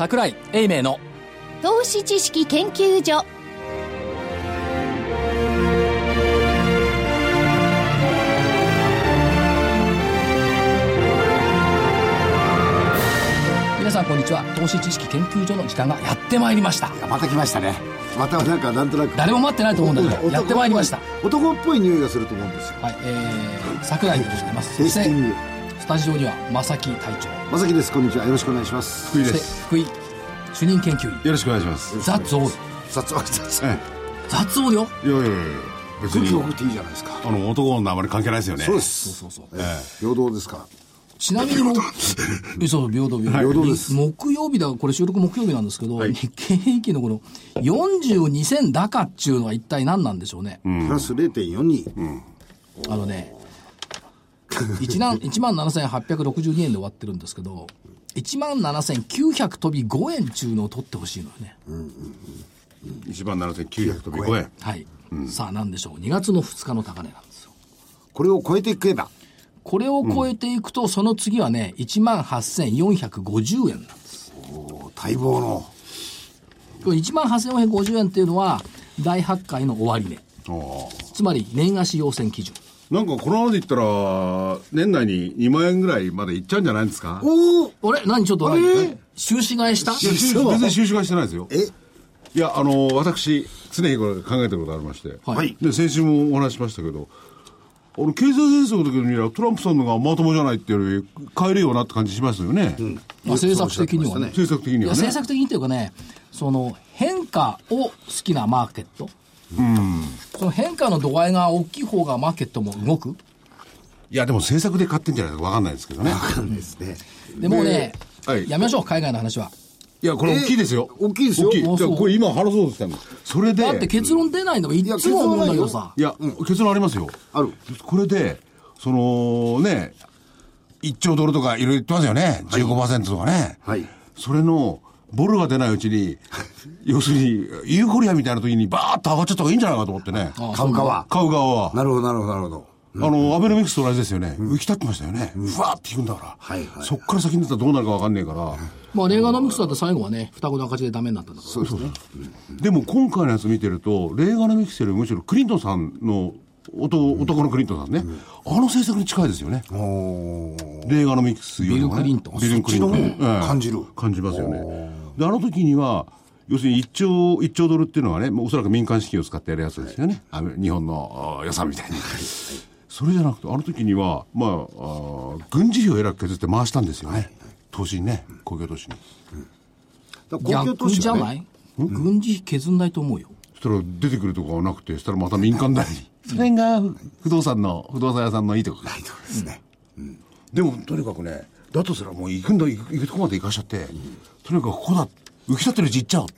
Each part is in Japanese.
櫻井英明の投資知識研究所。 皆さんこんにちは。投資知識研究所の時間がやってまいりました。 また来ましたね。またなんとなく誰も待ってないと思うんだけどやってまいりました。 男っぽい匂いがすると思うんですよ。 はい、櫻井でございます。 テイスティング。 スタジオには正木隊長。 正木です。こんにちは。よろしくお願いします。 福井です。 福井主任研究員。 よろしくお願いします。 ザッツオール。 ザッツオール。 ザッツオールよ。 いや別に空気送っていいじゃないですか。 男のあまり関係ないですよね。 そうです。そう平等ですか。 ちなみにそう平等です。木曜日だ、これ収録木曜日なんですけど、はい、日経平均のこの42銭高っていうのは一体何なんでしょうね。 プラス 0.42、 17,862 円で終わってるんですけど、17,900飛び5円っていうのを取ってほしいのよね。 17,900飛び5円。 はい。さあ何でしょう。2月の2日の高値なんですよ。 これを超えていけば。 これを超えていくと、その次はね、18,450円なんです。 待望の。 18,450 円っていうのは、第8回の終値。つまり、年足要請基準。 なんかこのままでいったら、年内に2万円ぐらいまでいっちゃうんじゃないんですか？ あれ何ちょっと収支買いした？ 全然収支買いしてないですよ。いや、私、常日頃考えてることありまして。 はい。 で、先週もお話ししましたけど、経済戦争の時に見ればトランプさんのがまともじゃないっていうより変えるようなって感じしますよね。 政策的にはね。 政策的にはね。 政策的にっていうかね、その変化を好きなマーケット。その変化の度合いが大きい方がマーケットも動く。 いやでも政策で買ってんじゃないか分かんないですけどね。 分かんないですね。 でもね、 はい、 やめましょう海外の話は。 いやこれ大きいですよ。 大きいですよ。 これ今話そうとしたの。それでだって結論出ないのがいつも思うんだけどさ。 いや、結論ありますよ。 ある。 これで1兆ドルとかいろいろ言ってますよね。15% とかね。 はい。 それのボルが出ないうちに要するにユーフォリアみたいな時にバーッと上がっちゃった方がいいんじゃないかと思ってね。 買う側は。なるほど。 アベノミクスと同じですよね。浮き立ってましたよね。ふわーっていくんだから。そっから先に出たらどうなるか分かんねえから。 まあレーガノミクスだって最後はね、双子の赤字でダメになったんだから。 そうですね。 でも今回のやつ見てると、レーガノミクスよりむしろクリントンさんの男のクリントンさんね、あの政策に近いですよね。レーガノミクスよりも、ね、 ビル・クリントン。 感じますよね。で、あの時には、要するに1兆ドルっていうのはね、おそらく民間資金を使ってやるやつですよね。日本の予算みたいに。それじゃなくて、あの時には、軍事費をえらく削って回したんですよね。投資にね、工業投資に。 逆じゃない？軍事費削んないと思うよ。 そしたら出てくるとこがなくて、そしたらまた民間代理。それが不動産屋さんのいいところ。 いいところですね。 でも、とにかくね、だとすらもう行くとこまで行かしちゃって、とにかくここだ。浮き立ってるうち行っちゃう。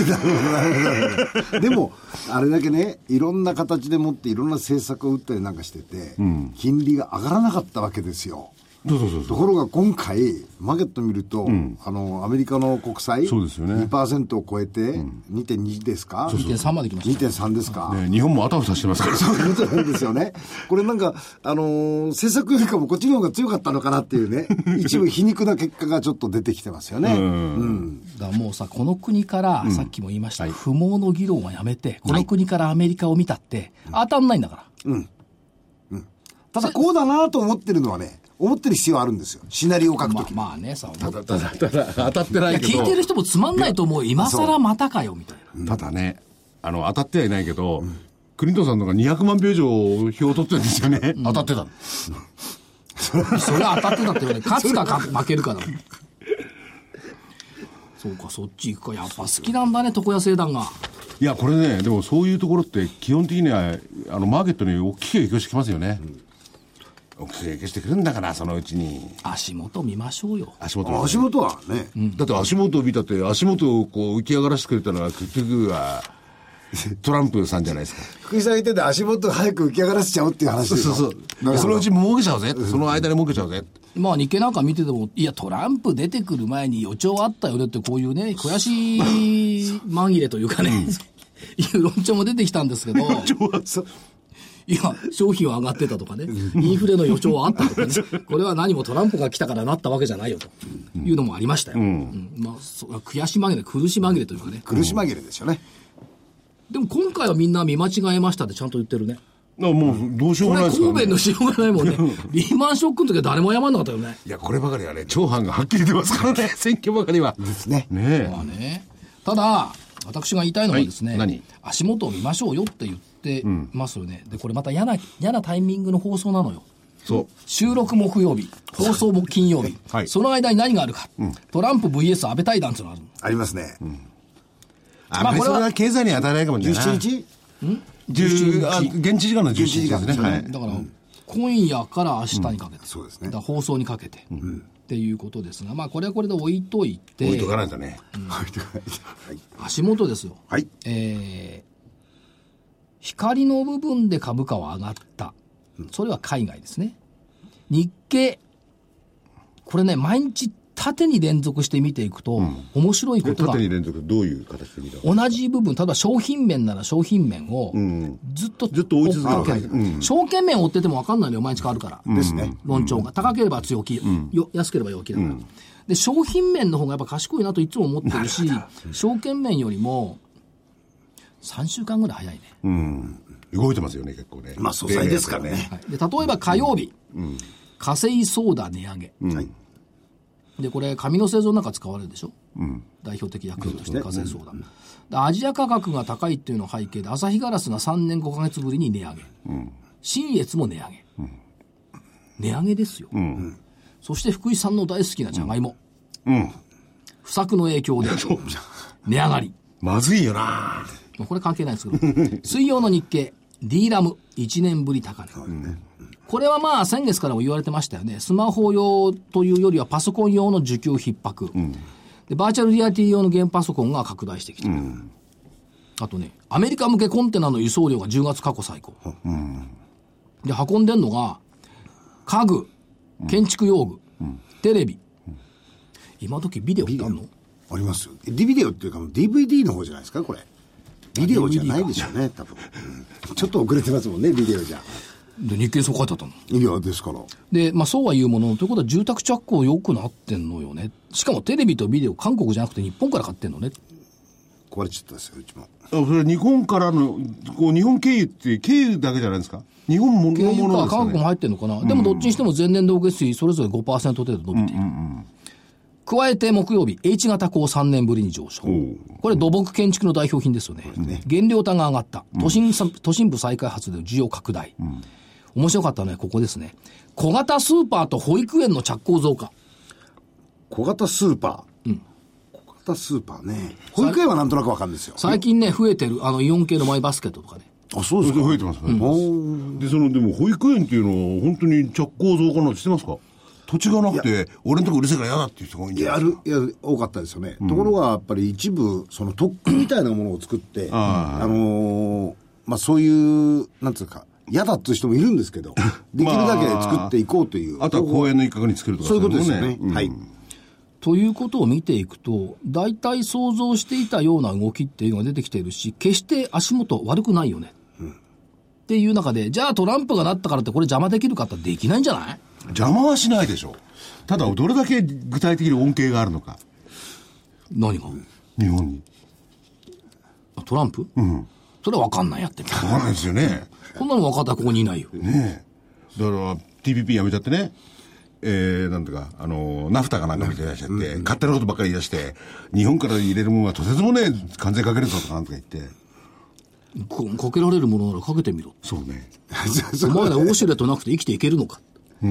でもあれだけね、いろんな形でもっていろんな政策を打ったりなんかしてて、金利が上がらなかったわけですよ。ところが今回マーケット見ると、アメリカの国債そうですよね 2% を超えて 2.2 ですか、 2.3 まで来ました。 2.3 ですか、 日本もあたふたしてますから。 そういうことなんですよね。これなんか政策よりかもこっちの方が強かったのかなっていうね一部皮肉な結果がちょっと出てきてますよね。 だからもうさ、この国から、さっきも言いました、不毛の議論はやめて、この国からアメリカを見たって当たんないんだから。 ただこうだなと思ってるのはね、思ってる必要あるんですよ。シナリオを書くとき。 まあね、さ、 ただ当たってないけど。 聞いてる人もつまんないと思う。今更またかよみたいな。ただね、当たってはいないけど、クリントンさんのが200万票以上票を取ってるんですよね。当たってた。 それは当たってたって言われ、勝つか負けるかだもん。そうか、そっち行くか。やっぱ好きなんだね、床屋製団が。 いや、これね、でもそういうところって基本的にはマーケットに大きく影響してきますよね。大きく影響してくるんだから、そのうちに。 足元見ましょうよ。 足元はね、 だって足元を見たって、足元をこう浮き上がらせてくれたのは結局はトランプさんじゃないですか。 福井さん言ってて足元早く浮き上がらせちゃおうっていう話ですよ。 そうそのうち儲けちゃうぜ、その間に儲けちゃうぜ。 まあ日経なんか見てても、いやトランプ出てくる前に予兆あったよねって、こういうね悔しい紛れというかねいう論調も出てきたんですけどいや、商品は上がってたとかね、インフレの予兆はあったとかね、これは何もトランプが来たからなったわけじゃないよというのもありましたよ。まあ、悔し紛れ、苦し紛れというかね。 苦し紛れですよね。 でも今回はみんな見間違えましたってちゃんと言ってるね。 もうどうしようもないですからね。 これ神戸のしようがないもんね。リーマンショックの時は誰も謝んなかったよね。 いや、こればかりはね、長藩がはっきり出ますからね、選挙ばかりは。 ですね。 ねえ。 まあね。ただ、私が言いたいのはですね、 何足元を見ましょうよって言ってますよね。で、これまた嫌なタイミングの放送なのよ。 そう。 収録木曜日、放送も金曜日。 はい。 その間に何があるか。トランプ VS 安倍対談っていうのがある。 ありますね。 まあ、これは経済に与えないかもしれない。 17日現地時間の17時間ですね。はい。 だから、今夜から明日にかけて。 そうですね。 だから放送にかけて。っていうことですが、まあこれはこれで置いといて。 置いとかないとね。 足元ですよ。 はい。 光の部分で株価は上がった。それは海外ですね。日経、これね、毎日縦に連続して見ていくと、面白いことが。 縦に連続、どういう形で見た？ 同じ部分、例えば商品面なら商品面を、ずっと追い続ける。証券面を追ってても分かんないのよ、毎日変わるから。 ですね。 論調が。高ければ強気、安ければ弱気だから。で、商品面の方がやっぱ賢いなといつも思ってるし、証券面よりも、3週間ぐらい早いね。 動いてますよね、結構ね。 まあ、素材ですからね。 で、例えば火曜日、化成ソーダ値上げ。で、これ、紙の製造の中使われるでしょ。代表的薬品として化成ソーダ。アジア価格が高いっていうのを背景で、アサヒガラスが3年5ヶ月ぶりに値上げ。信越も値上げ。値上げですよ。そして福井さんの大好きなジャガイモ。不作の影響で、値上がり。 まずいよな。 これ関係ないですけど。水曜の日経、D ラム、1年ぶり高値。これはまあ先月からも言われてましたよね。スマホ用というよりはパソコン用の需給逼迫。で、バーチャルリアリティ用のゲームパソコンが拡大してきてる。あとね、アメリカ向けコンテナの輸送量が10月過去最高。で、運んでんのが、家具、建築用具、テレビ。今時ビデオってあんの？ ありますよ。ビデオっていうか DVD の方じゃないですか、これ。ビデオじゃないでしょうね、多分。ちょっと遅れてますもんね、ビデオじゃ。 で、日経そう書いてあったの。 いや、ですから。 で、まあそうは言うものの、ということは住宅着工良くなってんのよね。しかもテレビとビデオ、韓国じゃなくて日本から買ってんのね。 壊れちゃったですよ、うちも。 それ日本からの、こう、日本経由って経由だけじゃないですか？日本ものものですかね。 韓国も入ってんのかな。でもどっちにしても前年同月比それぞれ 5% 程度伸びている。加えて木曜日、H 型鋼3年ぶりに上昇。これ土木建築の代表品ですよね。原料単が上がった。都心部再開発で需要拡大。面白かったのはここですね。小型スーパーと保育園の着工増加。 小型スーパー。小型スーパーね。保育園はなんとなくわかるんですよ。 最近ね、増えてる、イオン系のマイバスケットとかね。 あ、そうですか。増えてますね。で、でも保育園っていうのは本当に着工増加なんてしてますか？土地がなくて、俺のとこうるせえから嫌だっていう人が多いんじゃないですか。 いや、多かったですよね。ところが、やっぱり一部、その特区みたいなものを作って、まあ、そういう、なんつうか、嫌だっていう人もいるんですけど、できるだけ作っていこうという。 あとは公園の一角に作るとかそういうことですよね。はい。 ということを見ていくと、大体想像していたような動きっていうのが出てきているし、決して足元悪くないよね。っていう中で、じゃあトランプがなったからってこれ邪魔できるかってできないんじゃない？ 邪魔はしないでしょ。ただどれだけ具体的に恩恵があるのか。 何が？ 日本に。 トランプ？それは分かんないやってみ分かんないですよね。 こんなの分かったらここにいないよ。 ねえ。だから TPP やめちゃってね。なんていうか、ナフタかなんかみたいになっちゃって、勝手なことばっかり言い出して、日本から入れるものはとてつもねえ関税かけるぞとかなんとか言って。 かけられるものならかけてみろ。 そうね。 お前らウォシュレットなくて生きていけるのか。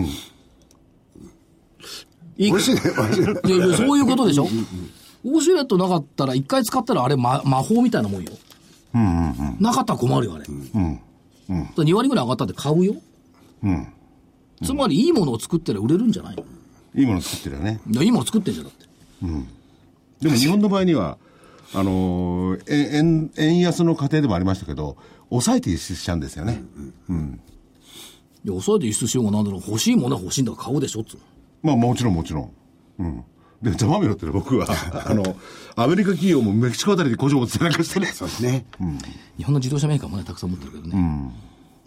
いや、そういうことでしょ。ウォシュレットなかったら一回使ったらあれ、魔法みたいなもんよ。なかったら困るよ、あれ。2割ぐらい上がったって買うよ。つまりいいものを作ってら売れるんじゃないの？ いいもの作ってるよね。 いいもの作ってんじゃんだって。 でも日本の場合には、円安の過程でもありましたけど、抑えて輸出しちゃうんですよね。 いや、抑えて輸出しようがなんだろう、欲しいものは欲しいんだから買うでしょっつう。 まあもちろん。で、ざまみろって僕は、アメリカ企業もメキシコあたりで工場を持ってなんかしてね。 そうですね。 日本の自動車メーカーもね、たくさん持ってるけどね。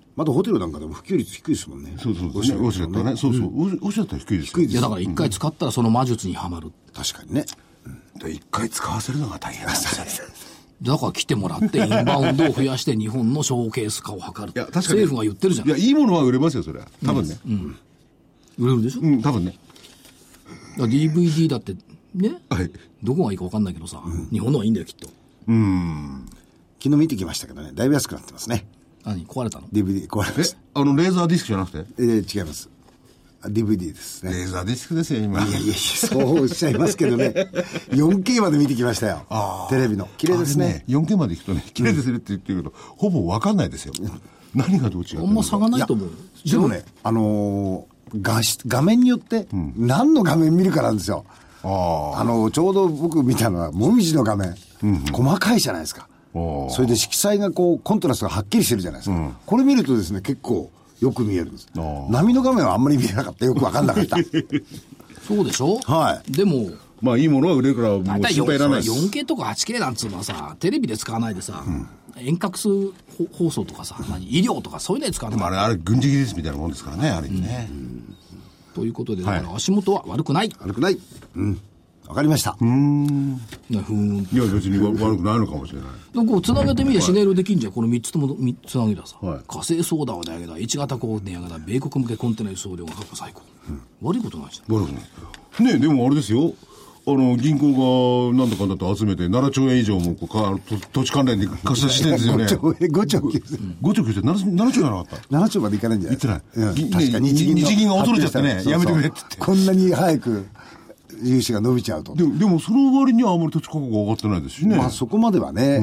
まだホテルなんかでも普及率低いですもんね。 そうそうそう、ウォシュレットね。そうそう、ウォシュレットは低いですよ。 いや、だから一回使ったらその魔術にはまる。 確かにね。 一回使わせるのが大変なんですよ。 だから来てもらって、インバウンドを増やして日本のショーケース化を図る。 いや、確かに。 政府が言ってるじゃん。 いや、いいものは売れますよ、それは。多分ね。 売れるでしょ、 多分ね。 だから DVD だって、ね。 はい。 どこがいいか分かんないけどさ、日本のはいいんだよ、きっと。 昨日見てきましたけどね、だいぶ安くなってますね。 何壊れたの？ DVD 壊れました。 レーザーディスクじゃなくて違います。DVD ですね。 レーザーディスクですよ、今。 いや、そうおっしゃいますけどね。4K まで見てきましたよ。テレビの。綺麗ですね。 4K まで行くとね、綺麗ですねって言ってるけど、ほぼ分かんないですよ。何がどう違うあんま差がないと思う。 でもね、画面によって、何の画面見るかなんですよ。ちょうど僕見たのは、もみじの画面。細かいじゃないですか。それで色彩がコントラストがはっきりしてるじゃないですか。これ見るとですね、結構よく見えるんです。波の画面はあんまり見えなかった。よくわかんなかった。 そうでしょ？ はい。 でも、 まあいいものは売れるから、もう心配いらないです。 4K とか 8K なんつうのはさ、テレビで使わないでさ、遠隔放送とかさ、医療とかそういうので使わない。 あれ軍事技術みたいなもんですからね、あれにね。 ということで、だから足元は悪くない。 悪くない。わかりました。 いや、別に悪くないのかもしれない。 でもこう、つなげてみりゃシネールできんじゃん。この3つともつなげりゃさ。火星ソーダを値上げだ、1型高値上げだ、米国向けコンテナ輸送量が過去最高。悪いことないじゃん。 悪くない。ね、でもあれですよ。銀行がなんだかんだと集めて7兆円以上も土地関連で貸し出してるんですよね。 5兆 9って7兆じゃなかった ?7 兆までいかないんじゃないですか。言ってない。 確かに日銀が恐れちゃってね、やめてくれって言って。 こんなに早く融資が伸びちゃうと。 でもその割にはあまり土地価格が上がってないですしね。 まあそこまではね。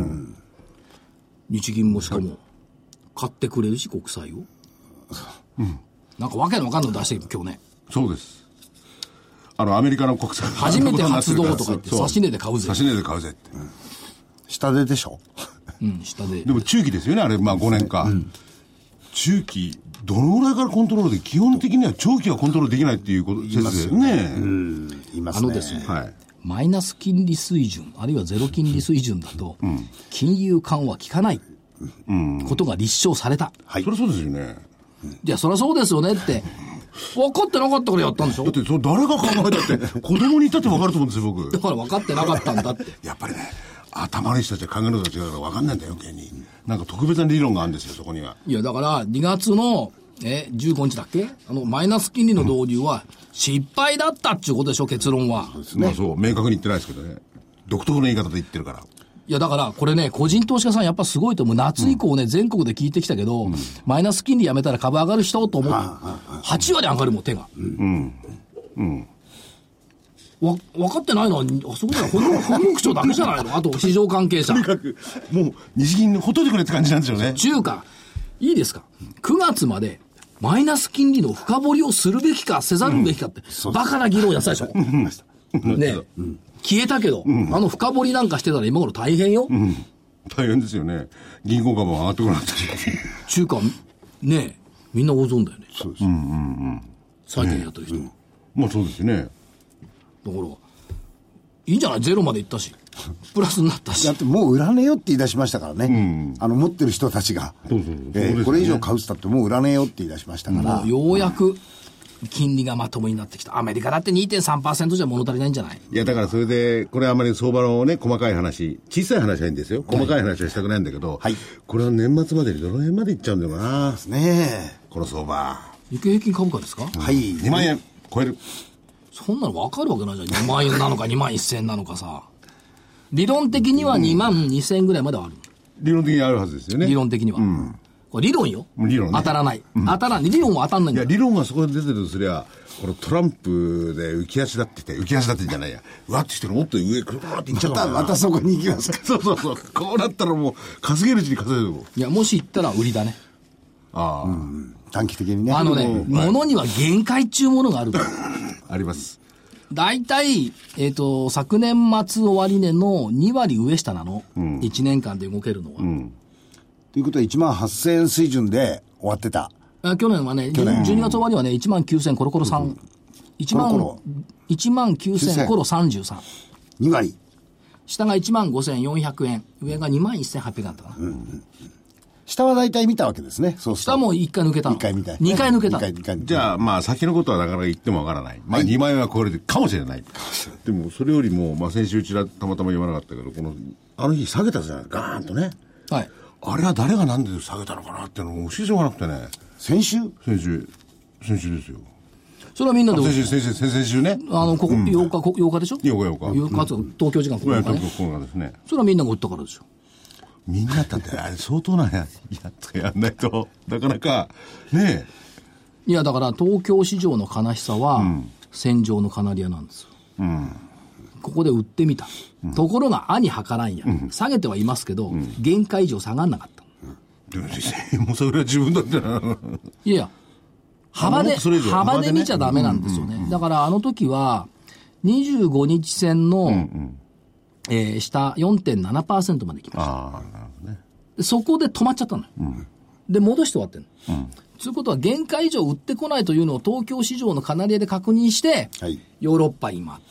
日銀もしかも買ってくれるし、国債を。なんかわけのわかんないの出してる今日ね。 そうです。アメリカの国債初めて発動とか言って、差し値で買うぜ。 差し値で買うぜって。 下ででしょ。 下で。 でも中期ですよね、あれ、まあ5年か。中期、どのぐらいからコントロールで、基本的には長期はコントロールできないっていうことですよね。 いますね。 ですね、マイナス金利水準、あるいはゼロ金利水準だと、金融緩和効かないことが立証された。 そりゃそうですよね。 いや、そりゃそうですよねって。分かってなかったからやったんでしょ。 だって誰が考えたって子供に言ったって分かると思うんですよ僕。 だから分かってなかったんだってやっぱりね、頭の人たちは考えることが違うから分かんないんだよ余計に。なんか特別な理論があるんですよそこには。 いやだから2月の15日だっけ、マイナス金利の導入は失敗だったっていうことでしょ、結論は。 そうですね。 まあそう明確に言ってないですけどね、独特の言い方で言ってるから。 いやだからこれね、個人投資家さんやっぱすごいと思う。夏以降ね、全国で聞いてきたけど、マイナス金利やめたら株上がる人と思う。8割上がるもん手が。分かってないのはあそこでは本国庁だけじゃないの。あと市場関係者。 とにかくもう日銀ほっといてくれって感じなんですよね。 中華いいですか、9月までマイナス金利の深掘りをするべきかせざるべきかって、バカな議論やったでしょ。ね消えたけど、深掘りなんかしてたら今頃大変よ。 大変ですよね。銀行株も上がってこなかったし。 中華ねみんな大損だよね。 そうです。 債券やってる人。 まあそうですよね。 だからいいんじゃない、ゼロまでいったしプラスになったし。 だってもう売らねえよって言い出しましたからね、持ってる人たちが。これ以上買うっつったってもう売らねえよって言い出しましたから、 ようやく金利がまともになってきた。アメリカだって 2.3% じゃ物足りないんじゃない。 いやだからそれでこれあまり相場のね細かい話、小さい話はいいんですよ、細かい話はしたくないんだけど、これは年末までにどの辺までいっちゃうんだよな。 ですね。 この相場日経平均株価ですか。 2万円超える。 そんなの分かるわけないじゃん。2万円なのか2万1000円なのかさ。理論的には2万2000円ぐらいまではある。 理論的にあるはずですよね。 理論的には。これ理論よ。 理論ね。 当たらない。当たらない。理論は当たんないんだよ。 いや、理論がそこで出てるとすりゃ、このトランプで浮き足だって言って、浮き足だってじゃないや。うわってしてるもっと上、くるくるっていっちゃうから。 またそこに行きますか。 そう。こうなったらもう、稼げるうちに稼いでるもん。 いや、もし行ったら売りだね。 短期的にね。 物には限界っちゅうものがあるから。 あります。 大体、昨年末終値の2割上下なの。1年間で動けるのは。 ということは1万8000円水準で終わってた。 去年はね、12月終わりはね、1万9000コロコロ3、1万9000コロ33。 2割。 下が1万5400円、上が2万1800円だったかな。 下は大体見たわけですね。そう下も1回抜けたの。 1回見た。 2回抜けた。 じゃあ、まあ、先のことはなかなか言ってもわからない。まあ、2万円は超えるかもしれない。でも、それよりも、まあ、先週うちらたまたま言わなかったけど、あの日下げたじゃない、ガーンとね。 はい。 あれは誰がなんで下げたのかなっていうのも教えてもらなくてね。 先週ですよ。 それはみんなで。 先週ね。 ここ、8日でしょ ?8 日。 東京時間9日ね。 9日ですね。 それはみんなが売ったからでしょ。 みんなだってあれ相当なやんないとなかなかねえ。いやだから東京市場の悲しさは、戦場のカナリアなんですよ、ここで売ってみた、ところが兄計らんや、下げてはいますけど、限界以上下がんなかった、 もうそれは自分だってな。 いや幅で見ちゃダメなんですよね、だからあの時は25日線の、下 4.7% まで来ました。 ああ、なるほどね。 そこで止まっちゃったのよ。で、戻して終わってんの。ということは、限界以上売ってこないというのを東京市場のカナリアで確認して、ヨーロッパに回って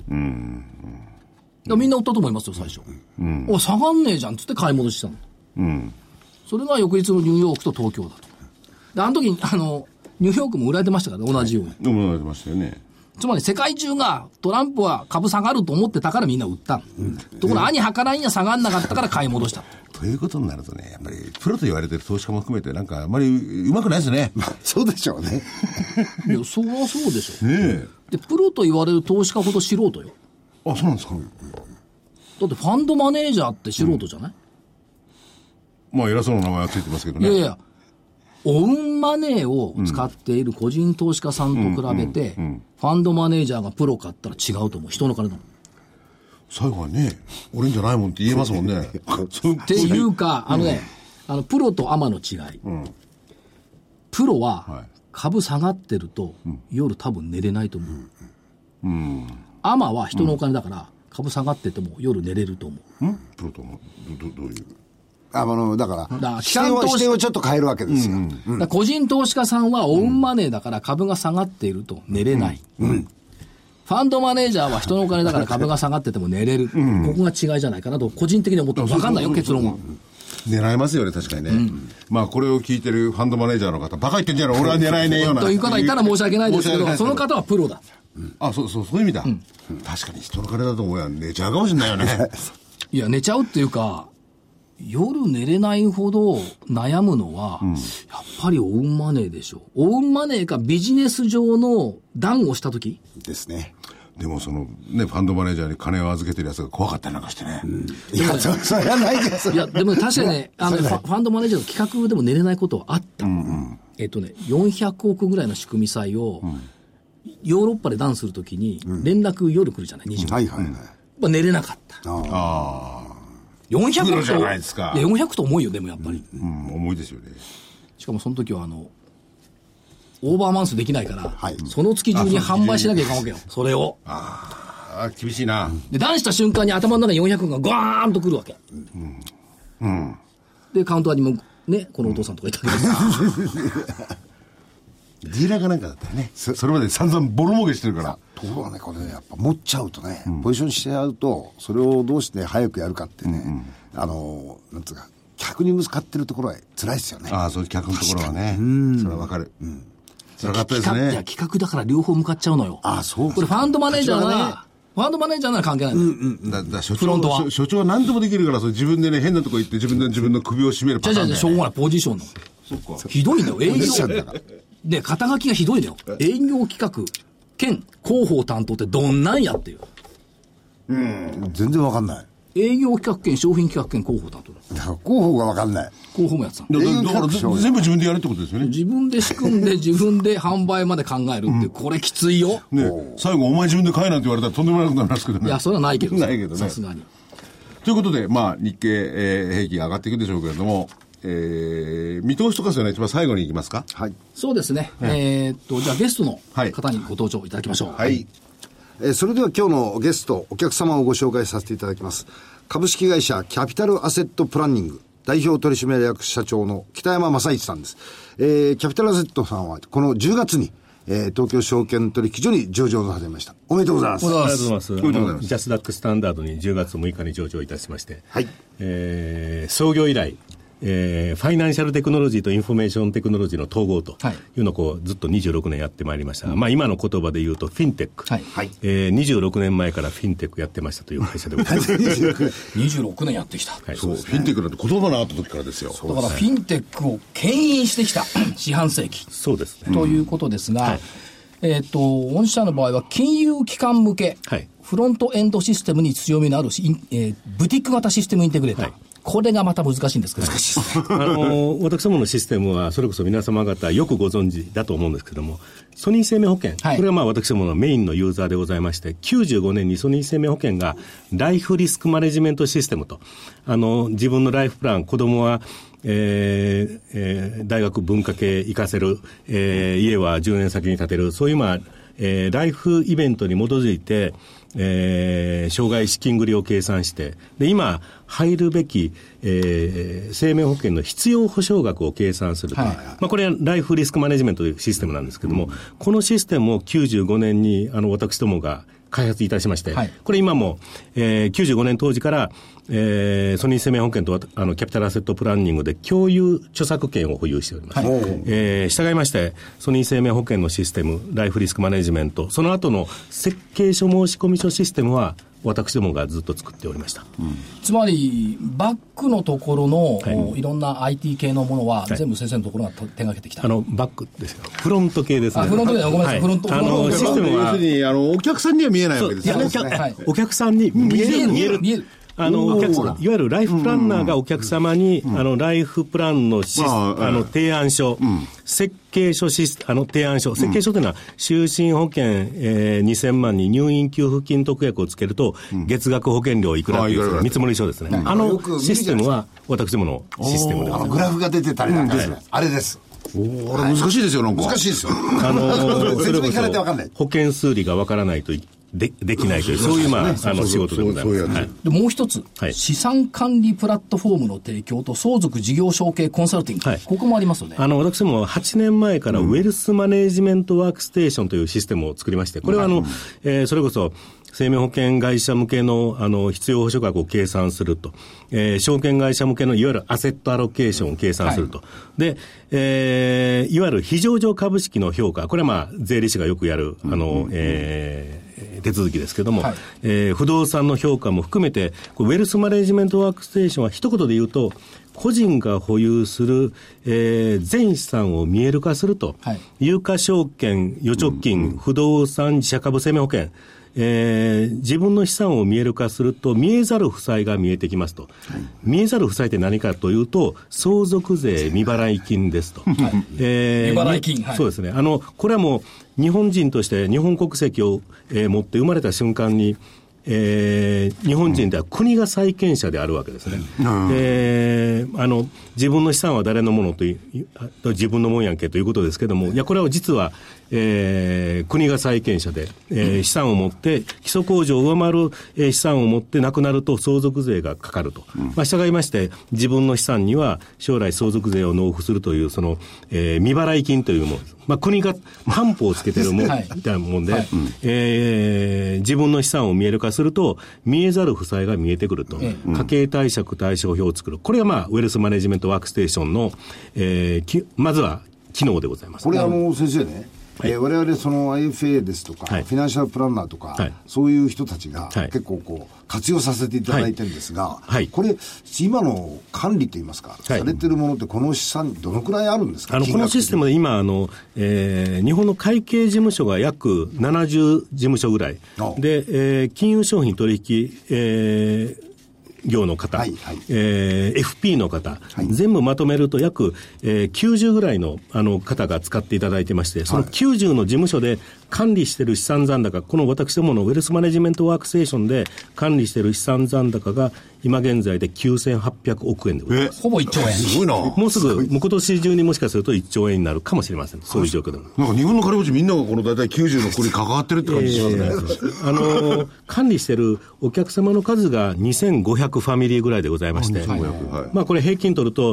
った。みんな売ったと思いますよ、最初。お、下がんねえじゃんっつって買い戻ししたの。それが翌日のニューヨークと東京だと。で、あの時、ニューヨークも売られてましたからね、同じように。 売られてましたよね。 つまり世界中がトランプは株下がると思ってたからみんな売ったの。ところが兄計らんや下がんなかったから買い戻した。 ということになるとね、やっぱりプロと言われてる投資家も含めてなんかあんまりうまくないですね。 そうでしょうね。 いや、そりゃそうでしょ。 ねで、プロと言われる投資家ほど素人よ。 あ、そうなんですか。 だってファンドマネージャーって素人じゃない？ まあ偉そうな名前はついてますけどね。 いやオウンマネーを使っている個人投資家さんと比べて、ファンドマネージャーがプロかったら違うと思う。人の金だもん。 最後はね、俺んじゃないもんって言えますもんね。 っていうか、プロとアマの違い。プロは株下がってると、夜多分寝れないと思う。アマは人のお金だから、株下がってても夜寝れると思う。 プロと思う。どういうだから視点をちょっと変えるわけですよ。 個人投資家さんはオウンマネーだから株が下がっていると寝れない。ファンドマネージャーは人のお金だから株が下がってても寝れる。ここが違いじゃないかなと個人的に思っても分かんないよ、結論は。 狙えますよね、確かにね。まあこれを聞いてるファンドマネージャーの方、バカ言ってんじゃろ、俺は狙えねえよな。 という方いたら申し訳ないですけど、その方はプロだ。 そういう意味だ。確かに人の金だと思うやん。寝ちゃうかもしれないよね。 いや、寝ちゃうっていうか、夜寝れないほど悩むのは、やっぱりオウンマネーでしょ。オウンマネーかビジネス上の談をしたときですね。 でもファンドマネージャーに金を預けてるやつが怖かったりなんかしてね。 いや、それはないです。 いや、でも確かにね、ファンドマネージャーの企画でも寝れないことはあった。400億ぐらいの仕組み債を、ヨーロッパで談するときに、連絡夜来るじゃない、20分。寝れなかった。400億じゃないですか。 いや、400と重いよ、でもやっぱり。 重いですよね。 しかもその時はオーバーマンスできないから、その月中に販売しなきゃいかんわけよ、それを。 厳しいな。 で、断した瞬間に頭の中に400億がゴーンとくるわけ。で、カウンターにも、ね、このお父さんとかいたけどさ。 ディーラーかなんかだったよね。それまで散々ボロ儲けしてるから。 ところがね、これね、やっぱ持っちゃうとね、ポジションしちゃうと、それをどうして早くやるかってね、なんつうか、客に向かってるところは辛いですよね。 そういう客のところはね。それはわかる。辛かったですね。 いや、企画だから両方向かっちゃうのよ。 そう。 これファンドマネージャーは、ファンドマネージャーなら関係ないの。 だ所長は何でもできるから、自分でね、変なとこ行って自分の首を絞めるパターンで。 しょうがない、ポジションの。ひどいんだよ、営業。で、肩書きがひどいんだよ。営業企画兼広報担当ってどんなんやっていう。 全然わかんない。 営業企画兼商品企画兼広報担当だ。 広報がわかんない。 広報もやってた。 だから全部自分でやるってことですよね。 自分で仕組んで自分で販売まで考えるって、これきついよ。 ね、最後お前自分で買えなんて言われたらとんでもなくなりますけどね。 いや、それはないけど。 ないけどね。 さすがに。 ということで、日経、平均上がっていくでしょうけれども、見通しとかですよね、一番最後に行きますか。 はい。そうですね。じゃあゲストの方にご登場いただきましょう。 はい。それでは今日のゲスト、お客様をご紹介させていただきます。株式会社キャピタルアセットプランニング代表取締役社長の北山正一さんです。キャピタルアセットさんはこの10月に、東京証券取引所に上場されました。おめでとうございます。 ありがとうございます。ジャスダックスタンダードに10月6日に上場いたしまして、創業以来、 ファイナンシャルテクノロジーとインフォメーションテクノロジーの統合というのをこうずっと26年やってまいりましたが、今の言葉で言うとフィンテック、26年前からフィンテックやってましたという会社でございます 26年やってきた、 そう、フィンテックなんて言葉のあった時からですよ。 だからフィンテックを牽引してきた四半世紀そうですねということですが、御社の場合は金融機関向け、フロントエンドシステムに強みのあるブティック型システムインテグレーター、これがまた難しいんですけど、 私どものシステムはそれこそ皆様方よくご存知だと思うんですけども、ソニー生命保険、これは私どものメインのユーザーでございまして、95年にソニー生命保険がライフリスクマネジメントシステムと、自分のライフプラン、子供は大学文化系行かせる、家は10年先に建てる、そういうライフイベントに基づいて、障害資金繰りを計算して、で今入るべき、生命保険の必要保証額を計算すると、これはライフリスクマネジメントというシステムなんですけども、このシステムを95年に私どもが開発いたしまして、これ今も、95年当時から、ソニー生命保険とキャピタルアセットプランニングで共有著作権を保有しております。従いまして、ソニー生命保険のシステム、ライフリスクマネジメント、その後の設計書申込書システムは、私どもがずっと作っておりました。 つまりバックのところの、いろんな IT 系のものは、全部先生のところが手掛けてきた。 バックですよ。フロント系ですね。 フロント系、ごめんなさい。フロントシステムは要するにお客さんには見えないわけですよね。 お客さんに見える。お客さん、いわゆるライフプランナーがお客様に、ライフプランの提案書、設計書提案書、設計書というのは、就寝保険、2000万に入院給付金特約をつけると、月額保険料いくらという見積書ですね。システムは、私どものシステムでございます。 グラフが出てたりなんかする。あれです。 あれ難しいですよ、なんか。 難しいですよ。 それこそ、保険数理がわからないとできないという、そういう仕事でございます。 でもう一つ、資産管理プラットフォームの提供と相続事業承継コンサルティング、ここもありますよね。 私も8年前からウェルスマネジメントワークステーションというシステムを作りまして、これはそれこそ生命保険会社向けの必要保証額を計算すると、証券会社向けのいわゆるアセットアロケーションを計算すると、で、いわゆる非上場株式の評価、これは税理士がよくやる手続きですけども、不動産の評価も含めて、ウェルスマネジメントワークステーションは一言で言うと、個人が保有する、全資産を見える化すると、有価証券、預貯金、不動産、自社株生命保険、自分の資産を見える化すると見えざる負債が見えてきますと、見えざる負債って何かというと相続税未払い金ですと、未払い金、 そうですね。これはもう日本人として日本国籍を、持って生まれた瞬間に日本人では国が債権者であるわけですね。自分の資産は誰のものと自分のもんやんけということですけども、いやこれは実は、国が債権者で、資産を持って基礎控除を上回る、資産を持って亡くなると相続税がかかると、従いまして自分の資産には将来相続税を納付するというその、未払い金というもの、国が担保をつけているものみたいなもんで、自分の資産を見える化すると見えざる負債が見えてくると、家計貸借対照表を作る、これがウェルスマネジメントワークステーションの、まずは機能でございます。 これ先生ね、我々その IFA ですとか、フィナンシャルプランナーとか、そういう人たちが結構活用させていただいてるんですが、これ今の管理といいますか、されてるものってこの資産どのくらいあるんですか？ このシステムで今日本の会計事務所が約70事務所ぐらいで、金融商品取引、業の方、FP の方、全部まとめると約、90ぐらいの方が使っていただいてまして、その90の事務所で管理している資産残高、この私どものウェルスマネジメントワークステーションで管理している資産残高が今現在で9800億円でございます。 ほぼ1兆円。 すごいな。 もうすぐ、今年中にもしかすると1兆円になるかもしれません。そういう状況でも。 なんか日本の金持ちみんながこの大体90の国に関わってるって感じしますね。 管理しているお客様の数が2500ファミリーぐらいでございまして、これ平均取ると、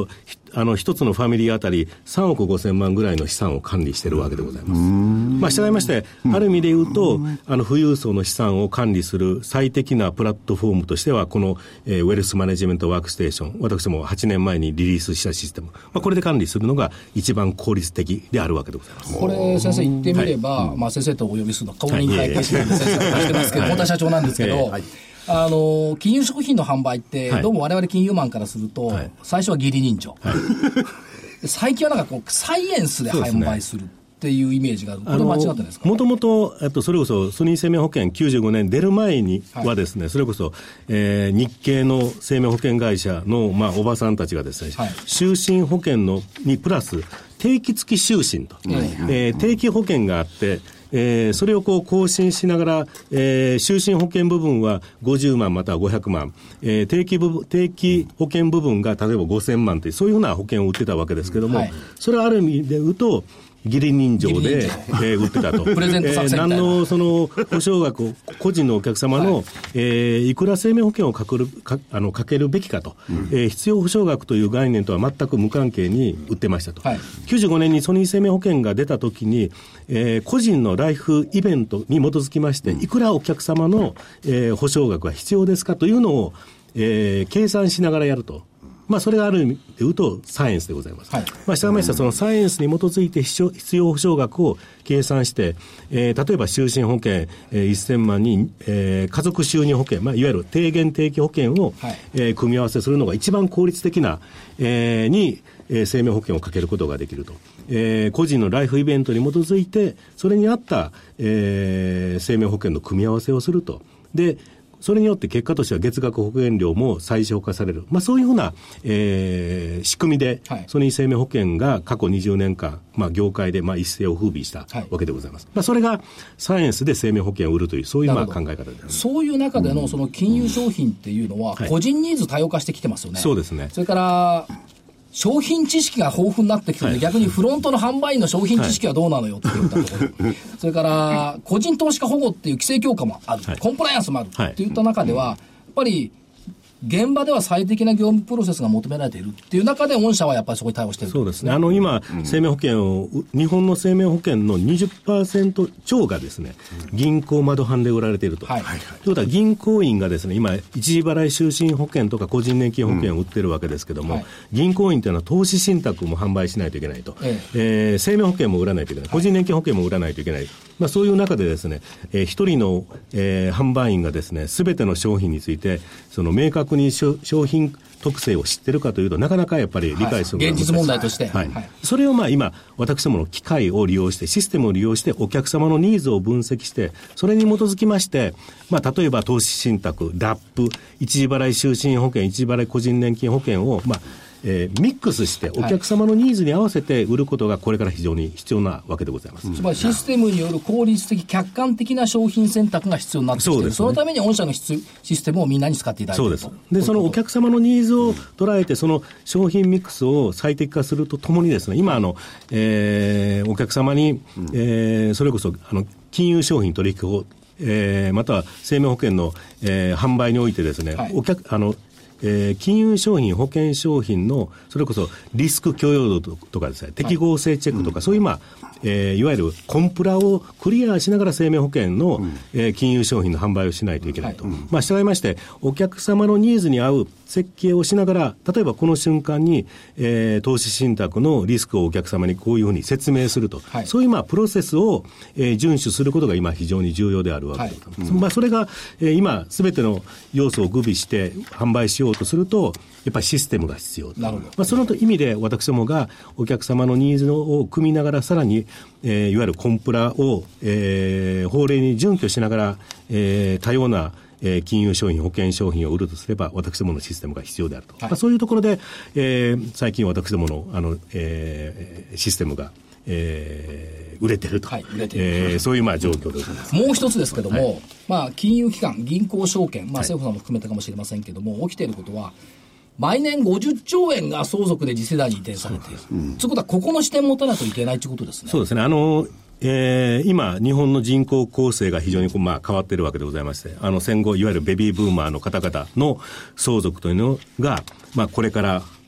一つのファミリーあたり3億5千万ぐらいの資産を管理しているわけでございます。従いまして、ある意味で言うと、富裕層の資産を管理する最適なプラットフォームとしては、この、ウェルスマネジメントワークステーション、私も8年前にリリースしたシステム、これで管理するのが一番効率的であるわけでございます。 これ、先生言ってみれば、先生とお呼びするのは、公認会計士なんで先生としてますけど、本田社長なんですけど、金融商品の販売って、どうも我々金融マンからすると、最初は義理人情。最近はなんかサイエンスで販売するっていうイメージがある。これ間違ってないですか？ もともと、それこそソニー生命保険95年出る前にはですね、それこそ、日系の生命保険会社の、おばさんたちがですね、就寝保険にプラス定期付き就寝と、定期保険があって、それを更新しながら、就寝保険部分は50万または500万、定期保険部分が例えば5000万という、そういうふうな保険を売ってたわけですけれども、それはある意味で言うと、義理人情で、売ってたと。 プレゼント作戦みたいな。 何の保証額を個人のお客様の、いくら生命保険をかけるべきかと、必要保証額という概念とは全く無関係に売ってましたと。95年にソニー生命保険が出たときに、個人のライフイベントに基づきまして、いくらお客様の、保証額が必要ですかというのを、計算しながらやると。それがある意味で言うとサイエンスでございます。従いましてそのサイエンスに基づいて必要保証額を計算して、例えば就寝保険、1000万に、家族収入保険、いわゆる低減定期保険を、組み合わせするのが一番効率的な、に生命保険をかけることができると。個人のライフイベントに基づいてそれに合った、生命保険の組み合わせをすると。でそれによって結果としては月額保険料も最小化される。そういうふうな、仕組みで、ソニー生命保険が過去20年間、業界で一世を風靡したわけでございます。それがサイエンスで生命保険を売るという、そういう考え方です。 そういう中でのその金融商品っていうのは、個人ニーズ多様化してきてますよね。 そうですね。 それから、商品知識が豊富になってきて、逆にフロントの販売員の商品知識はどうなのよって言ったところ、それから個人投資家保護っていう規制強化もある、コンプライアンスもあるっていった中では、やっぱり現場では最適な業務プロセスが求められているっていう中で、御社はやっぱりそこに対応している。 そうですね。今、生命保険を、日本の生命保険の 20% 超がですね、銀行窓販で売られていると。ということは、銀行員がですね、今、一時払い就寝保険とか個人年金保険を売ってるわけですけども、銀行員というのは投資信託も販売しないといけないと。生命保険も売らないといけない。個人年金保険も売らないといけない。そういう中でですね、一人の、販売員がですね、すべての商品について、明確に商品特性を知ってるかというと、なかなかやっぱり理解するのが難しい。 現実問題として。 それを今、私どもの機械を利用して、システムを利用して、お客様のニーズを分析して、それに基づきまして、例えば投資信託、ラップ、一時払い就寝保険、一時払い個人年金保険を、ミックスしてお客様のニーズに合わせて売ることがこれから非常に必要なわけでございます。 つまりシステムによる効率的客観的な商品選択が必要になってきている。そうですね。そのために御社のシステムをみんなに使っていただいていると。 そうです。で、そのお客様のニーズを捉えて、その商品ミックスを最適化するとともにですね、今お客様に、それこそ金融商品取引法、または生命保険の、販売においてですね、金融商品、保険商品のそれこそリスク許容度とかですね、適合性チェックとか、そういういわゆるコンプラをクリアしながら生命保険の、金融商品の販売をしないといけないと。従いまして、お客様のニーズに合う設計をしながら、例えばこの瞬間に、投資信託のリスクをお客様にこういうふうに説明すると、そういうプロセスを、遵守することが今非常に重要であるわけです。それが、今すべての要素を具備して販売しようとすると、やっぱりシステムが必要。その意味で私どもがお客様のニーズを組みながら、さらに、いわゆるコンプラを、法令に準拠しながら、多様な金融商品、保険商品を売るとすれば、私どものシステムが必要であると。そういうところで、最近私どもの、システムが、売れてると、そういう状況でございます。 もう一つですけども、金融機関、銀行証券、政府さんも含めてかもしれませんけども、起きていることは、毎年50兆円が相続で次世代に移転されている。ということは、ここの視点を持たないといけないということですね。 そうですね。今、日本の人口構成が非常に変わっているわけでございまして、戦後、いわゆるベビーブーマーの方々の相続というのが、これから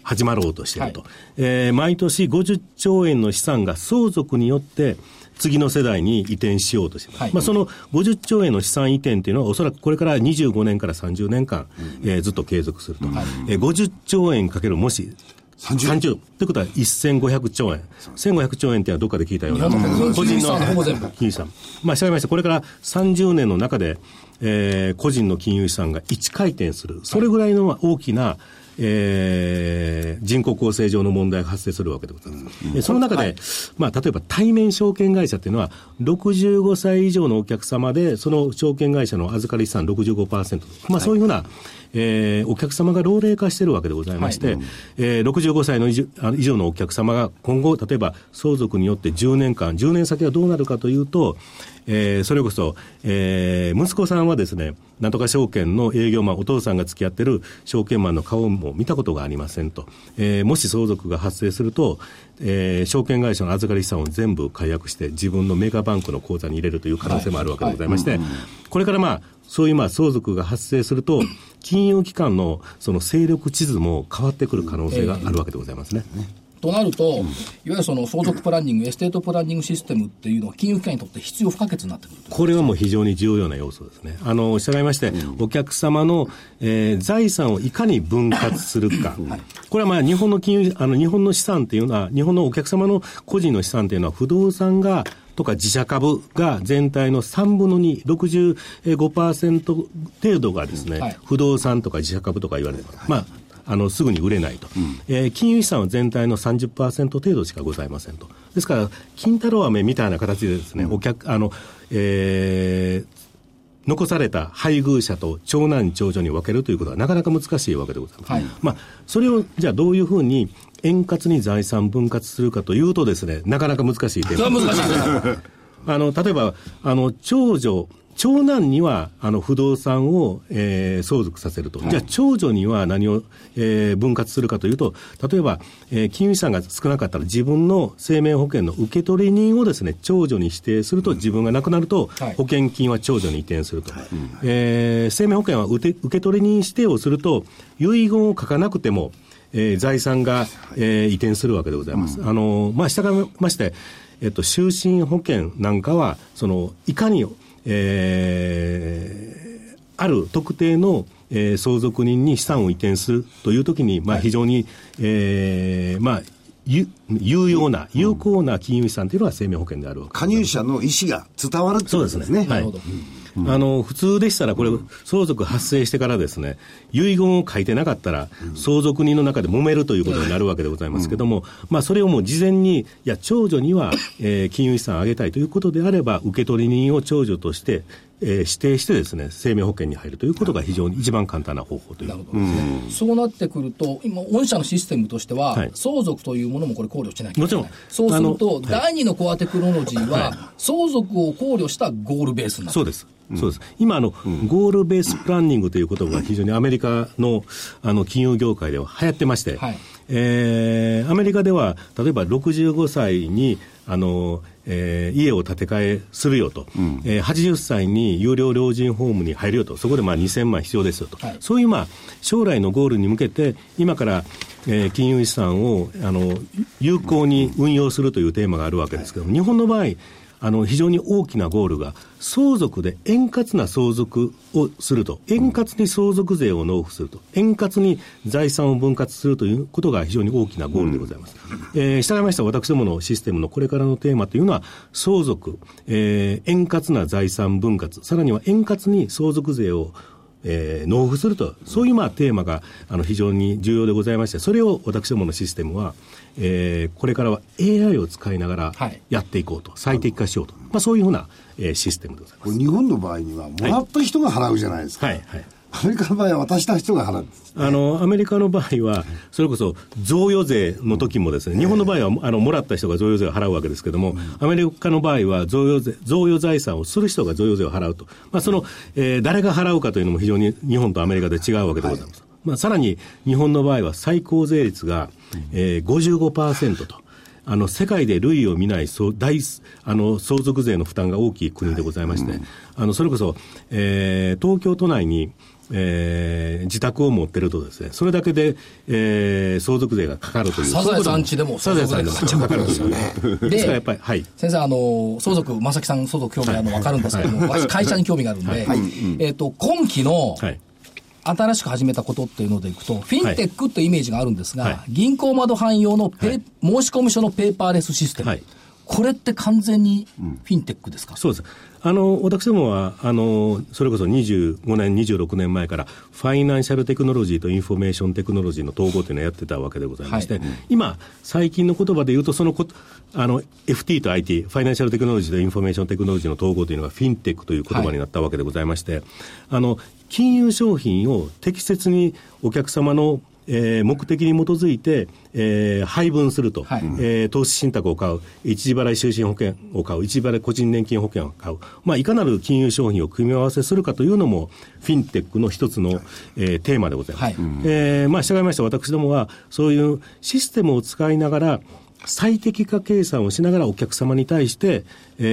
始まろうとしていると。毎年50兆円の資産が相続によって次の世代に移転しようとしています。その50兆円の資産移転というのはおそらくこれから25年から30年間、ずっと継続すると。50兆円かけるもし30ということは1500兆円。1500兆円っていうのはどっかで聞いたような。 個人の金融資産。したがいまして、これから30年の中で、個人の金融資産が1回転する。それぐらいの大きな、人口構成上の問題が発生するわけでございます。その中で、例えば対面証券会社っていうのは、65歳以上のお客様で、その証券会社の預かり資産 65%。そういうふうな、お客様が老齢化しているわけでございまして、65歳の以上のお客様が今後、例えば相続によって10年先はどうなるかというと、それこそ、息子さんはですね、なんとか証券の営業マン、お父さんが付き合っている証券マンの顔も見たことがありませんと。もし相続が発生すると、証券会社の預かり資産を全部解約して自分のメガバンクの口座に入れるという可能性もあるわけでございまして、これからそういう相続が発生すると、金融機関のその勢力地図も変わってくる可能性があるわけでございますね。 となると、いわゆるその相続プランニング、エステートプランニングシステムっていうのは金融機関にとって必要不可欠になってくる。 これはもう非常に重要な要素ですね。従いまして、お客様の、財産をいかに分割するか。これは日本の日本の資産っていうのは、日本のお客様の個人の資産っていうのは不動産がとか自社株が全体の3分の2、65% 程度がですね、不動産とか自社株とか言われてます。すぐに売れないと。金融資産は全体の 30% 程度しかございませんと。ですから、金太郎飴みたいな形でですね、残された配偶者と長男長女に分けるということはなかなか難しいわけでございます。それをじゃあどういうふうに円滑に財産分割するかというとですね、なかなか難しい点です。例えば、長男には不動産を、相続させると。じゃあ長女には何を、分割するかというと、例えば、金融資産が少なかったら自分の生命保険の受取人をですね、長女に指定すると、自分が亡くなると、保険金は長女に移転すると。生命保険は受取人指定をすると、遺言を書かなくても、財産が、移転するわけでございます。したがいまして、就寝保険なんかは、いかにある特定の、相続人に資産を移転するというときに、非常に、有効な金融資産というのは生命保険であるわけです。 加入者の意思が伝わるということですね。 なるほど。普通でしたらこれ相続発生してからですね、遺言を書いてなかったら相続人の中で揉めるということになるわけでございますけども、それをもう事前に長女には、金融資産をあげたいということであれば受取人を長女として指定してですね、生命保険に入るということが非常に一番簡単な方法という。 なるほどですね。そうなってくると、今御社のシステムとしては、相続というものもこれ考慮しなきゃいけない。もちろん。そうすると、第二のコアテクノロジーは、相続を考慮したゴールベースになる。 そうです。そうです。今ゴールベースプランニングという言葉が非常にアメリカの金融業界では流行ってまして、アメリカでは例えば65歳に家を建て替えするよと、80歳に有料老人ホームに入るよと、そこで2000万必要ですよと、そういう将来のゴールに向けて今から、金融資産を有効に運用するというテーマがあるわけですけども、日本の場合非常に大きなゴールが相続で円滑な相続をすると、円滑に相続税を納付すると、円滑に財産を分割するということが非常に大きなゴールでございます。従いまして私どものシステムのこれからのテーマというのは相続、円滑な財産分割、さらには円滑に相続税を納付すると、そういうテーマが非常に重要でございまして、それを私どものシステムは、これからは AI を使いながらやっていこうと、最適化しようと、そういうふうな、システムでございます。 日本の場合にはもらった人が払うじゃないですか。アメリカの場合は渡した人が払うんです、ね。 アメリカの場合は、それこそ贈与税の時もですね、日本の場合はもらった人が贈与税を払うわけですけれども、アメリカの場合は贈与財産をする人が贈与税を払うと。誰が払うかというのも非常に日本とアメリカで違うわけでございます。さらに日本の場合は最高税率が、55% と。世界で類を見ない相続税の負担が大きい国でございまして、それこそ、東京都内に、 自宅を持ってるとですね、それだけで、相続税がかかるという。 サザエさんちでもサザエさんでもかかるという。 で、 ですからやっぱり、はい。 先生、相続、正木さん相続興味あるの分かるんですけども、私会社に興味があるんで、今期の、新しく始めたことっていうのでいくと、フィンテックってイメージがあるんですが、銀行窓販用の申込書のペーパーレスシステム。これって完全にフィンテックですか？ そうです。私どもは、それこそ25年、26年前から、ファイナンシャルテクノロジーとインフォメーションテクノロジーの統合というのをやってたわけでございまして、今、最近の言葉で言うと、FT と IT、ファイナンシャルテクノロジーとインフォメーションテクノロジーの統合というのがフィンテックという言葉になったわけでございまして、金融商品を適切にお客様の目的に基づいて、配分すると、投資信託を買う、一時払い就寝保険を買う、一時払い個人年金保険を買う、いかなる金融商品を組み合わせするかというのもフィンテックの一つの、テーマでございます。従いまして私どもはそういうシステムを使いながら最適化計算をしながらお客様に対して、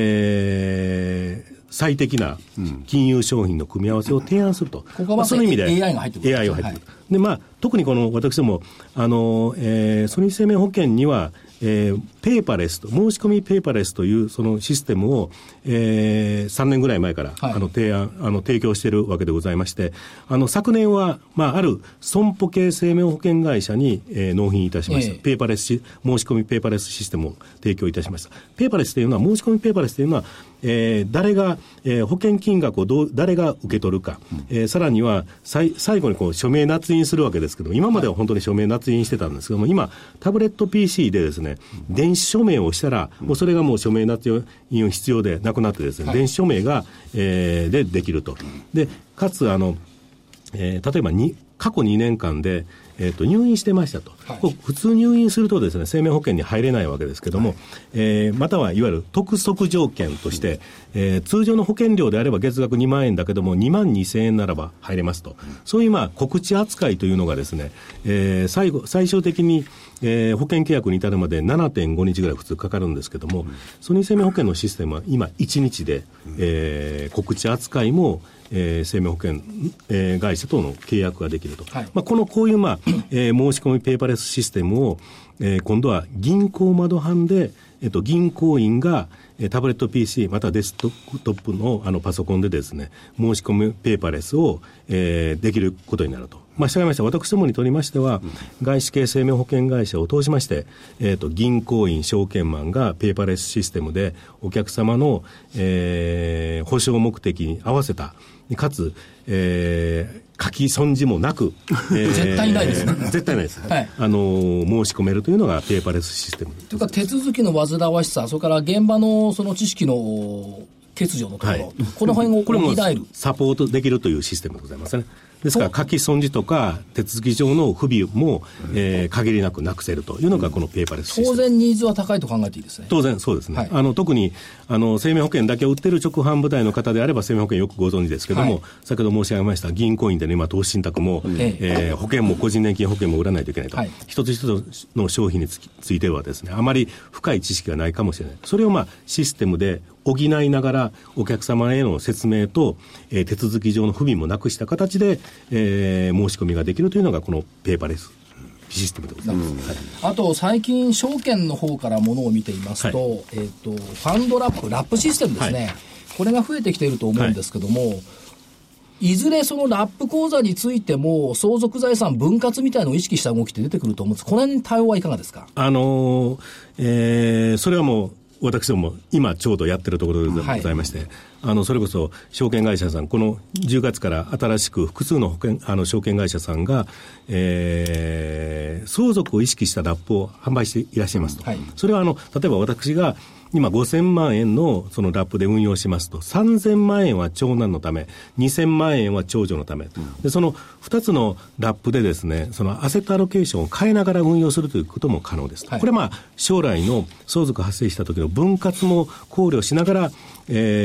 最適な金融商品の組み合わせを提案すると。 ここはその意味で AI が入ってくる。 AI が入ってくる。で、特にこの私ども、ソニー生命保険には、ペーパーレスと、申し込みペーパーレスというそのシステムを、3年ぐらい前から、提供しているわけでございまして、昨年は、ある損保系生命保険会社に、納品いたしました。ペーパーレス申し込みペーパーレスシステムを提供いたしました。ペーパーレスというのは、申し込みペーパーレスというのは、誰が、保険金額を誰が受け取るか、さらには最後に署名捺印するわけですけど、今までは本当に署名捺印してたんですけども、今タブレット PC でですね、電子署名をしたら、もうそれがもう署名捺印必要でなくなってですね、電子署名が、できると。で、かつ例えば過去2年間で入院してましたと、普通入院するとですね、生命保険に入れないわけですけども、またはいわゆる特則条件として、通常の保険料であれば月額2万円だけども2万2000円ならば入れますと、そういう告知扱いというのがですね、最終的に、保険契約に至るまで 7.5 日ぐらい普通かかるんですけども、ソニー生命保険のシステムは今1日で、告知扱いも生命保険、会社との契約ができると。こういう、申し込みペーパーレスシステムを、今度は銀行窓販で、銀行員がタブレット PC またはデスクトップのパソコンでですね、申し込みペーパーレスを、できることになると。従いまして私どもにとりましては、外資系生命保険会社を通しまして、銀行員証券マンがペーパーレスシステムでお客様の、保証目的に合わせたかつ、書き損じもなく、 絶対ないですね。 絶対ないです、申し込めるというのがペーパーレスシステムというか、手続きの煩わしさ、それから現場のその知識の欠如のところ、この辺をこれもサポートできるというシステムでございますね。ですから書き損じとか手続き上の不備も、限りなくなくせるというのがこのペーパーレスシステム。 当然ニーズは高いと考えていいですね。 当然そうですね、特に生命保険だけを売っている直販部隊の方であれば生命保険よくご存知ですけども、先ほど申し上げました銀行員で、今投資信託も、保険も個人年金保険も売らないといけないと、一つ一つの商品についてはですね、あまり深い知識がないかもしれない。それをシステムで補いながらお客様への説明と、手続き上の不備もなくした形で、申し込みができるというのがこのペーパーレスシステムでございます。 あと最近証券の方からものを見ていますと、ファンドラップシステムですね、これが増えてきていると思うんですけども、いずれそのラップ口座についても相続財産分割みたいなのを意識した動きって出てくると思うんです。この辺に対応はいかがですか？それはもう私ども今ちょうどやってるところでございまして、それこそ証券会社さん、この10月から新しく複数の証券会社さんが、相続を意識したラップを販売していらっしゃいますと、それは例えば私が今5000万円のそのラップで運用しますと、3000万円は長男のため、2000万円は長女のため、でその2つのラップでですね、そのアセットアロケーションを変えながら運用するということも可能です。これ将来の相続発生した時の分割も考慮しながら、運用す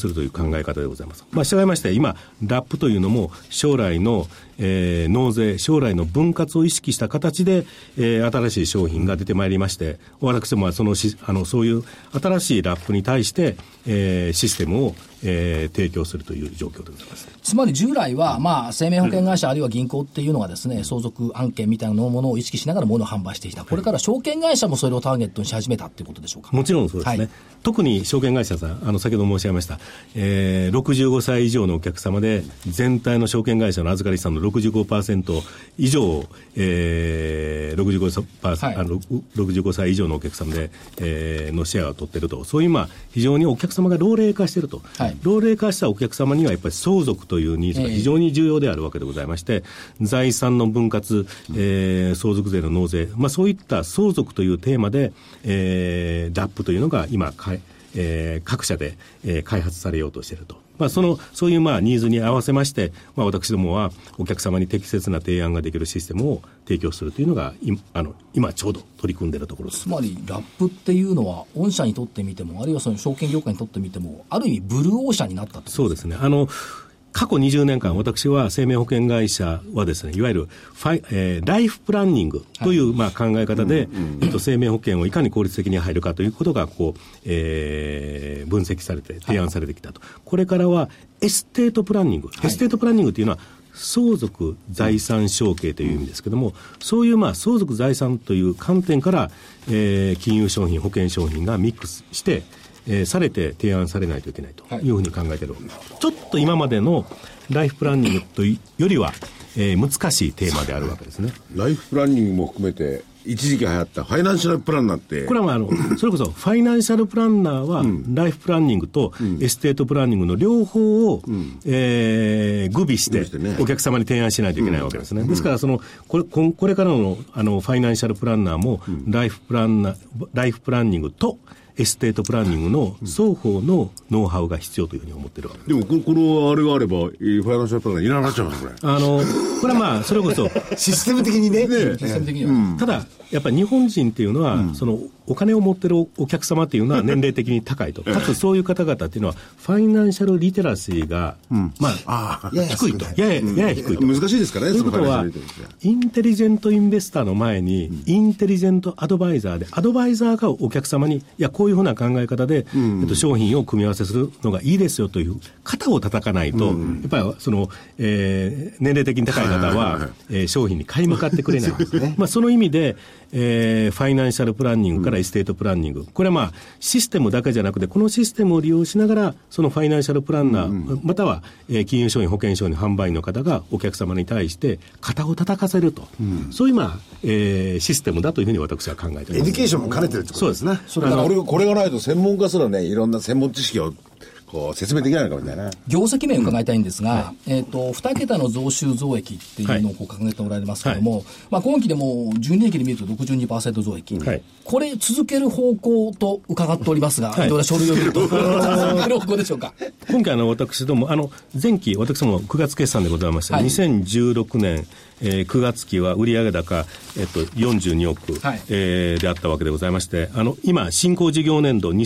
するという考え方でございます。従いまして今ラップというのも将来の、納税、将来の分割を意識した形で、新しい商品が出てまいりまして、私どもはそういう新しいラップに対して、システムを、提供するという状況でございます。 つまり従来は、生命保険会社あるいは銀行っていうのがですね、相続案件みたいなものを意識しながら物を販売してきた。これから証券会社もそれをターゲットにし始めたっていうことでしょうか。 もちろんそうですね。はい、特に証券会社さん、先ほど申し上げました、65歳以上のお客様で、全体の証券会社の預かり資産の 65% 以上、65歳以上のお客様で、のシェアを取っていると。そういう非常にお客様が老齢化していると。はい、老齢化したお客様にはやっぱり相続というニーズが非常に重要であるわけでございまして、財産の分割、相続税の納税、そういった相続というテーマで、ラップというのが今各社で、開発されようとしていると。そういうニーズに合わせまして、私どもはお客様に適切な提案ができるシステムを提供するというのが今ちょうど取り組んでいるところです。 つまりラップっていうのは御社にとってみても、あるいはその証券業界にとってみても、ある意味ブルーオーシャンになったってことですか。 そうですね。過去20年間、私は生命保険会社はですね、いわゆるライフプランニングという考え方で、生命保険をいかに効率的に入るかということが分析されて提案されてきたと。これからはエステートプランニング。エステートプランニングというのは相続財産承継という意味ですけども、そういう相続財産という観点から、金融商品、保険商品がミックスしてされて提案されないといけないというふうに考えている、ちょっと今までのライフプランニングというよりは、難しいテーマであるわけですね。 ライフプランニングも含めて一時期流行ったファイナンシャルプランナーって、 これはそれこそファイナンシャルプランナーは、ライフプランニングとエステートプランニングの両方を、具備してお客様に提案しないといけないわけですね。ですからこれからのファイナンシャルプランナーもライフプランニングとエステートプランニングの双方のノウハウが必要というふうに思っているわけです。 でもこのあれがあればファイナンシャルプランナーいらなくなっちゃうのこれ。 これはそれこそシステム的にね。 システム的には、 ただやっぱり日本人っていうのは、お金を持ってるお客様っていうのは年齢的に高いと。かつそういう方々っていうのはファイナンシャルリテラシーが、低いと。やや低いと。 難しいですからね。 ということはインテリジェントインベスターの前に、インテリジェントアドバイザーで、アドバイザーがお客様にこういうふうな考え方で、商品を組み合わせするのがいいですよという肩を叩かないと、やっぱり年齢的に高い方は、商品に買い向かってくれないんですね。その意味で、ファイナンシャルプランニングからエステートプランニング、これはシステムだけじゃなくて、このシステムを利用しながらそのファイナンシャルプランナー、または、金融商品保険商品販売の方がお客様に対して肩を叩かせると、そういうシステムだというふうに私は考えています。 エディケーションも兼ねてるってことですね。 そうです。これがないと専門家すらね、いろんな専門知識を説明できないのかもしれないな。 業績面を伺いたいんですが、2桁の増収増益っていうのを掲げておられますけれども、今期でも純利益で見ると 62% 増益、これ続ける方向と伺っておりますが、いろいろ書類を見ると続ける方向でしょうか。 今回私ども前期私ども9月決算でございました、2016年9月期は売上高、42億、であったわけでございまして、今新興事業年度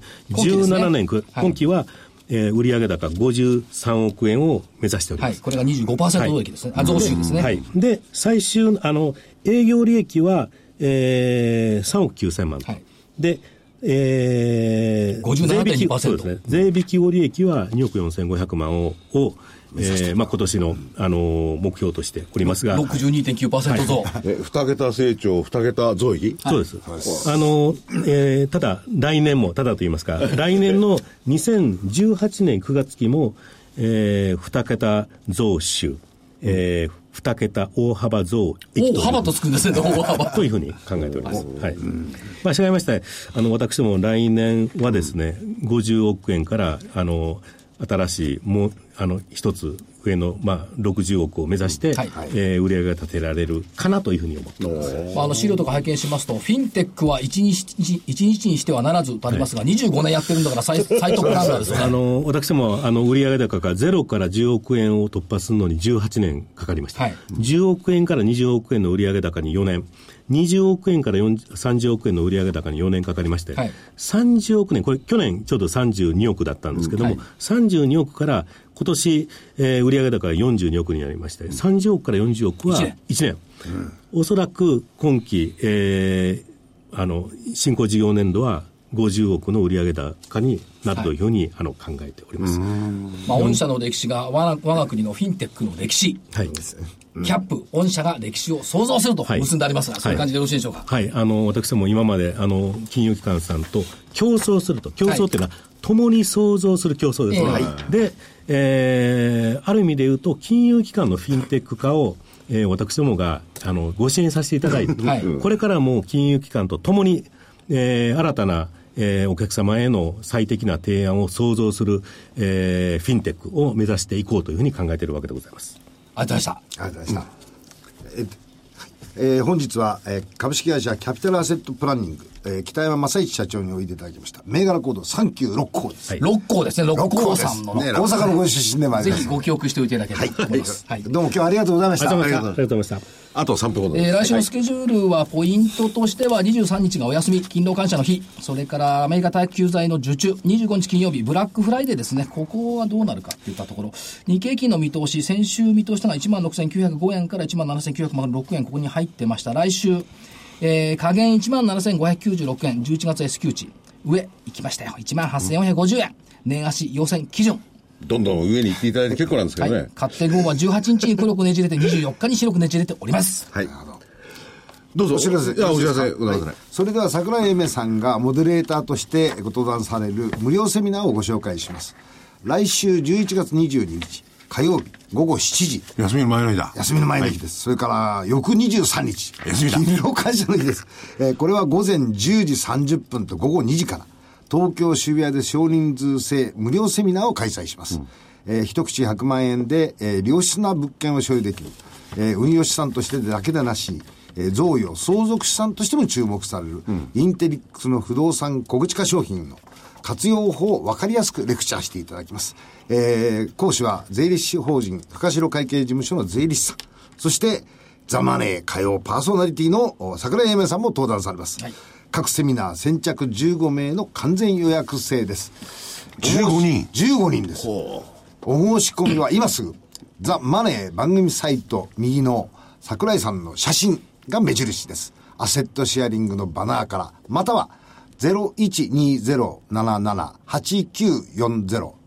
2017年今期は売上高53億円を目指しております。 これが 25% 増益ですね。増収ですね。 で最終営業利益は、3億9000万、で 57.2%、 そうですね、税引き後利益は2億4500万を今年の、目標としておりますが 62.9% 増、 2桁成長2桁増益、 そうです、ただ来年もただと言いますか来年の2018年9月期も、2桁増収、2桁大幅増益大幅とつくんですね。大幅というふうに考えております。違いまして私ども来年はですね50億円から新しいもう一つ上の、60億を目指して、売り上げが立てられるかなというふうに思っています。 資料とか拝見しますと、フィンテックは1日にしてはならずとありますが、25年やってるんだから最トップランナーですよね。 私も売上高が0から10億円を突破するのに18年かかりました。10億円から20億円の売上高に4年。20億円から30億円の売上高に4年かかりまして、30億年、これ去年ちょうど32億だったんですけども、32億から今年、売上高が42億になりまして、30億から40億は1年。おそらく今期、新興事業年度は50億の売上高になるというふうに、考えております。 御社の歴史が我が国のフィンテックの歴史。キャップ、御社が歴史を創造すると結んでありますが、そういう感じでよろしいでしょうか。 私も今まで金融機関さんと競争すると、競争っていうのは、共に創造する競争ですね。で、ある意味で言うと、金融機関のフィンテック化を、私どもがご支援させていただいて、これからも金融機関と共に、新たなお客様への最適な提案を創造する、フィンテックを目指していこうというふうに考えているわけでございます。 ありがとうございました。 ありがとうございました。本日は、株式会社キャピタルアセットプランニング、北山正一社長においでいただきました。銘柄コード396項です。 六項ですね。六項さんの、 大阪のご出身でもあります。 ぜひご記憶しておいていただければと思います。 どうも今日はありがとうございました。 ありがとうございました。 あと3分ほどです。 来週のスケジュールはポイントとしては23日がお休み、勤労感謝の日、それからアメリカ耐久財の受注、25日金曜日、ブラックフライデーですね。ここはどうなるかといったところ。日経金の見通し、先週見通したのが 16,905 円から 17,906 円、ここに入ってました。来週、下限 17,596 円、11月 S q 値、上行きましたよ。18,450 円。年足要請基準。 どんどん上に行っていただいて結構なんですけどね。 勝手号は18日に黒くねじれて24日に白くねじれております。 どうぞ。 お知らせ。 お知らせございますね。 それでは桜井英明さんがモデレーターとしてご登壇される無料セミナーをご紹介します。来週11月22日火曜日午後7時。 休みの前の日だ。 休みの前の日です。それから翌23日。 休みだ。 勤労感謝の日です。これは午前10時30分と午後2時から。東京渋谷で少人数制無料セミナーを開催します。一口100万円で、良質な物件を所有できる。運用資産としてだけでなし、贈与、相続資産としても注目される、インテリックスの不動産小口化商品の活用法を分かりやすくレクチャーしていただきます。講師は税理士法人深城会計事務所の税理士さん。そして、ザ・マネー火曜パーソナリティの桜井英明さんも登壇されます。各セミナー先着15名の完全予約制です。 15 人です。お申し込みは今すぐ、ザ・マネー番組サイト右の桜井さんの写真が目印です。アセットシェアリングのバナーから、または 0120778940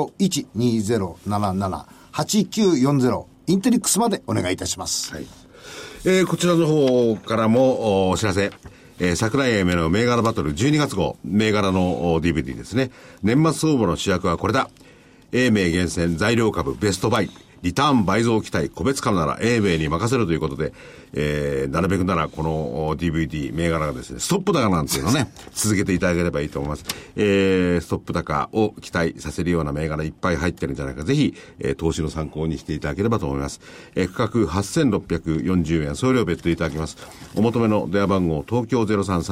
0120778940 インテリックスまでお願いいたします。 こちらの方からもお知らせ。桜井英明の銘柄バトル12月号、銘柄の DVD ですね。年末相場の主役はこれだ。英明厳選材料株ベストバイ。リターン倍増期待個別株なら英明に任せるということで、なるべくならこの DVD 銘柄がですね、ストップ高なんていうのをね、続けていただければいいと思います。ストップ高を期待させるような銘柄いっぱい入ってるんじゃないか。ぜひ、投資の参考にしていただければと思います。価格8640円、送料別途いただきます。お求めの電話番号、東京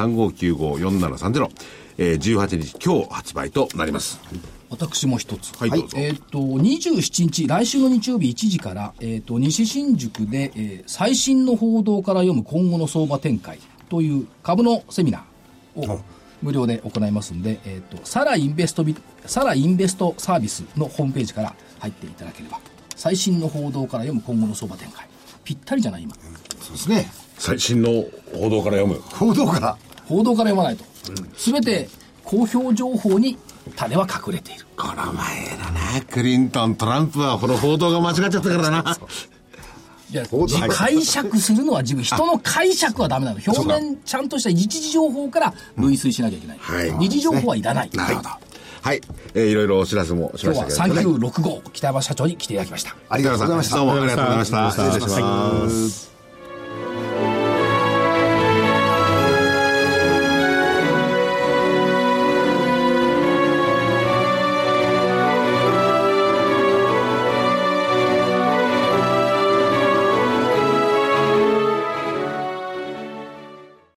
0335954730、18日今日発売となります。 私も一つ。 どうぞ。 27日、来週の日曜日1時から、西新宿で、最新の報道から読む今後の相場展開という株のセミナーを無料で行いますんで、サラインベストサービスのホームページから入っていただければ、最新の報道から読む今後の相場展開。ぴったりじゃない今。 そうですね。 最新の報道から読む。 報道から読まないと。すべて公表情報に種は隠れている。 この前だな、クリントン、トランプはこの報道が間違っちゃったからだな。 いや、解釈するのは自分、人の解釈はダメなの。表面ちゃんとした一時情報から類推しなきゃいけない。二次情報はいらない。 なるほど。はい。いろいろお知らせもしましたけど、ね。 今日は3965北山社長に来ていただきました。 ありがとうございました。 どうもありがとうございました。 失礼いたします。